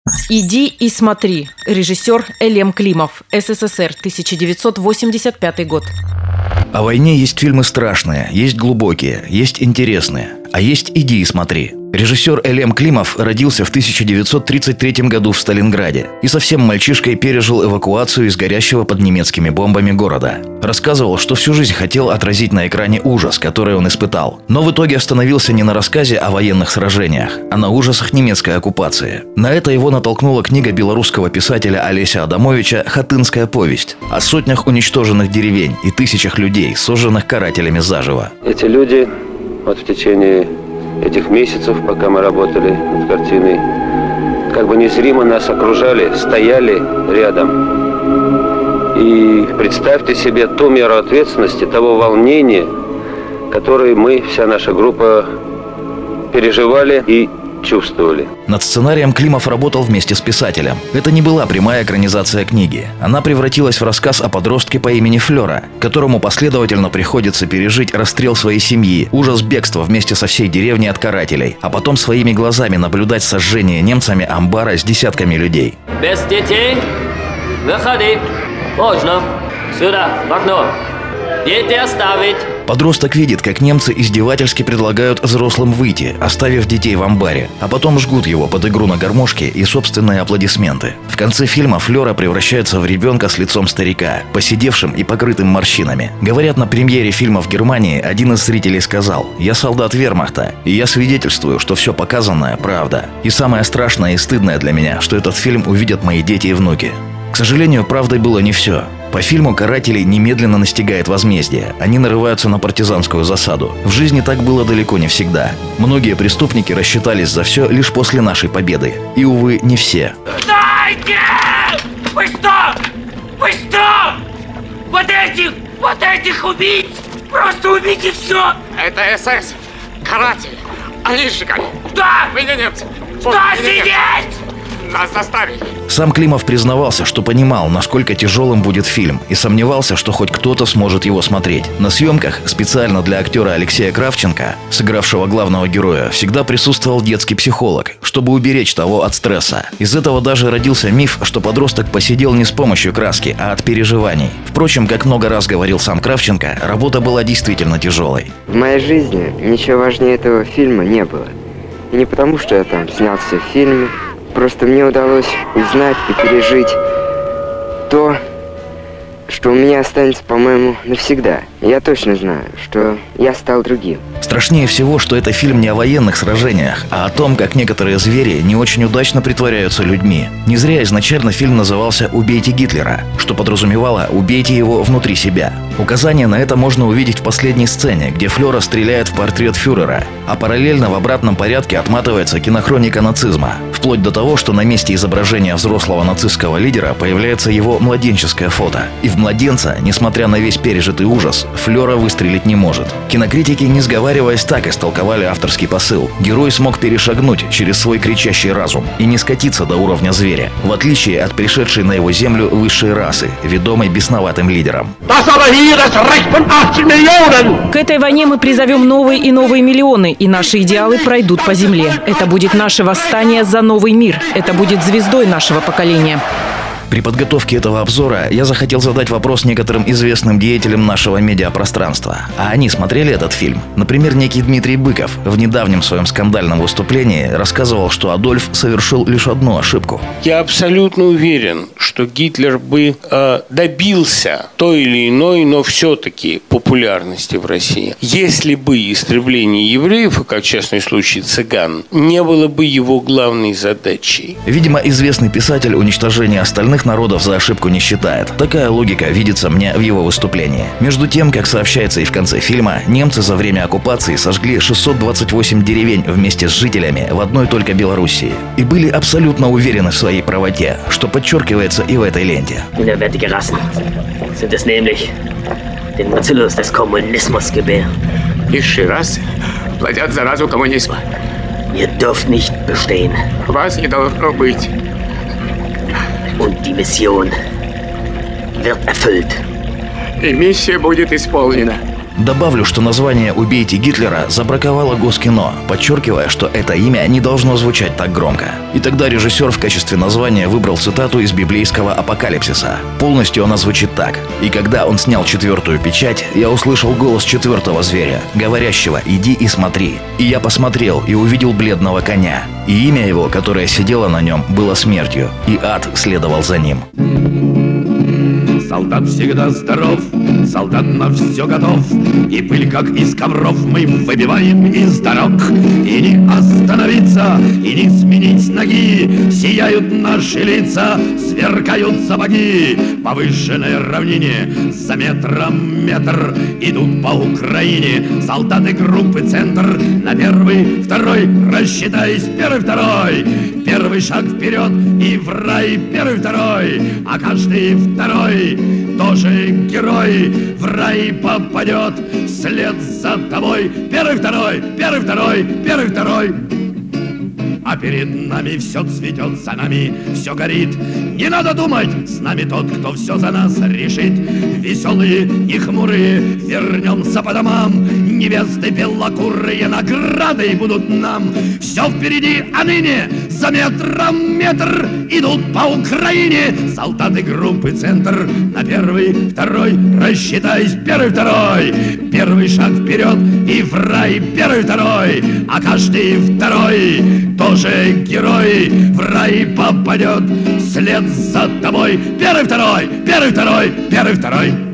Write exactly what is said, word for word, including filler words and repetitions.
«Иди и смотри». Режиссер Элем Климов. СССР, тысяча девятьсот восемьдесят пятый год. О войне есть фильмы страшные, есть глубокие, есть интересные, а есть «Иди и смотри». Режиссер Элем Климов родился в тысяча девятьсот тридцать третьем году в Сталинграде и совсем мальчишкой пережил эвакуацию из горящего под немецкими бомбами города. Рассказывал, что всю жизнь хотел отразить на экране ужас, который он испытал. Но в итоге остановился не на рассказе о военных сражениях, а на ужасах немецкой оккупации. На это его натолкнула книга белорусского писателя Олеся Адамовича «Хатынская повесть» о сотнях уничтоженных деревень и тысячах людей, сожженных карателями заживо. Эти люди вот в течение этих месяцев, пока мы работали над картиной, как бы незримо нас окружали, стояли рядом. И представьте себе ту меру ответственности, того волнения, которое мы, вся наша группа, переживали и чувствовали. Над сценарием Климов работал вместе с писателем. Это не была прямая экранизация книги. Она превратилась в рассказ о подростке по имени Флёра, которому последовательно приходится пережить расстрел своей семьи, ужас бегства вместе со всей деревней от карателей, а потом своими глазами наблюдать сожжение немцами амбара с десятками людей. Без детей? Выходи. Можно. Сюда, в окно. Дети оставить. Подросток видит, как немцы издевательски предлагают взрослым выйти, оставив детей в амбаре, а потом жгут его под игру на гармошке и собственные аплодисменты. В конце фильма Флёра превращается в ребенка с лицом старика, посидевшим и покрытым морщинами. Говорят, на премьере фильма в Германии один из зрителей сказал: «Я солдат вермахта, и я свидетельствую, что все показанное – правда. И самое страшное и стыдное для меня, что этот фильм увидят мои дети и внуки». К сожалению, правдой было не все. По фильму карателей немедленно настигает возмездие. Они нарываются на партизанскую засаду. В жизни так было далеко не всегда. Многие преступники рассчитались за все лишь после нашей победы. И, увы, не все. Дайте! Вы что? Вы что? Вот этих, вот этих убить! Просто убить и все! Это СС! Каратели! Они сжигали! Да! Вы не немцы! Да, сидеть! Нас заставили! Сам Климов признавался, что понимал, насколько тяжелым будет фильм, и сомневался, что хоть кто-то сможет его смотреть. На съемках специально для актера Алексея Кравченко, сыгравшего главного героя, всегда присутствовал детский психолог, чтобы уберечь того от стресса. Из этого даже родился миф, что подросток посидел не с помощью краски, а от переживаний. Впрочем, как много раз говорил сам Кравченко, работа была действительно тяжелой. В моей жизни ничего важнее этого фильма не было. И не потому, что я там снялся в фильме. Просто мне удалось узнать и пережить то, что у меня останется, по-моему, навсегда. Я точно знаю, что я стал другим. Страшнее всего, что это фильм не о военных сражениях, а о том, как некоторые звери не очень удачно притворяются людьми. Не зря изначально фильм назывался «Убейте Гитлера», что подразумевало «убейте его внутри себя». Указание на это можно увидеть в последней сцене, где Флёра стреляет в портрет фюрера, а параллельно в обратном порядке отматывается кинохроника нацизма, вплоть до того, что на месте изображения взрослого нацистского лидера появляется его младенческое фото. И в младенца, несмотря на весь пережитый ужас, Флёра выстрелить не может. Кинокритики, не сговариваясь, так истолковали авторский посыл. Герой смог перешагнуть через свой кричащий разум и не скатиться до уровня зверя, в отличие от пришедшей на его землю высшей расы, ведомой бесноватым лидером. К этой войне мы призовем новые и новые миллионы, и наши идеалы пройдут по земле. Это будет наше восстание за новый мир. Это будет звездой нашего поколения. При подготовке этого обзора я захотел задать вопрос некоторым известным деятелям нашего медиапространства. А они смотрели этот фильм? Например, некий Дмитрий Быков в недавнем своем скандальном выступлении рассказывал, что Адольф совершил лишь одну ошибку. Я абсолютно уверен, что Гитлер бы э, добился той или иной, но все-таки популярности в России, если бы истребление евреев, как частный случай цыган, не было бы его главной задачей. Видимо, известный писатель уничтожение остальных народов за ошибку не считает. Такая логика видится мне в его выступлении. Между тем, как сообщается и в конце фильма, немцы за время оккупации сожгли шестьсот двадцать восемь деревень вместе с жителями в одной только Белоруссии. И были абсолютно уверены в своей правоте, что подчеркивается и в этой ленте. Низшие расы плодят заразу коммунизма. Вас не должно быть. Und die Mission wird erfüllt. И миссия будет исполнена. Добавлю, что название «Убейте Гитлера» забраковало Госкино, подчеркивая, что это имя не должно звучать так громко. И тогда режиссер в качестве названия выбрал цитату из библейского Апокалипсиса. Полностью она звучит так: «И когда он снял четвертую печать, я услышал голос четвертого зверя, говорящего: иди и смотри. И я посмотрел и увидел бледного коня, и имя его, которое сидело на нем, было смертью, и ад следовал за ним». Солдат всегда здоров, солдат на все готов, и пыль, как из ковров, мы выбиваем из дорог. И не остановиться, и не сменить ноги, сияют наши лица, сверкают сапоги. По выжженной равнине за метром метр идут по Украине солдаты группы «Центр». На первый, второй, рассчитаясь, первый, второй. Первый шаг вперед и в рай, первый, второй. А каждый второй тоже герой в рай попадет вслед за тобой. Первый, второй, первый, второй, первый, второй. А перед нами все цветет, за нами все горит. Не надо думать, с нами тот, кто все за нас решит. Веселые и хмурые вернемся по домам. Невесты белокурые наградой будут нам. Все впереди, а ныне за метром метр идут по Украине солдаты группы «Центр». На первый, второй, рассчитаясь, первый, второй. Первый шаг вперед и в рай, первый, второй. А каждый второй тоже герой в рай попадет вслед за тобой. Первый, второй, первый, второй, первый, второй.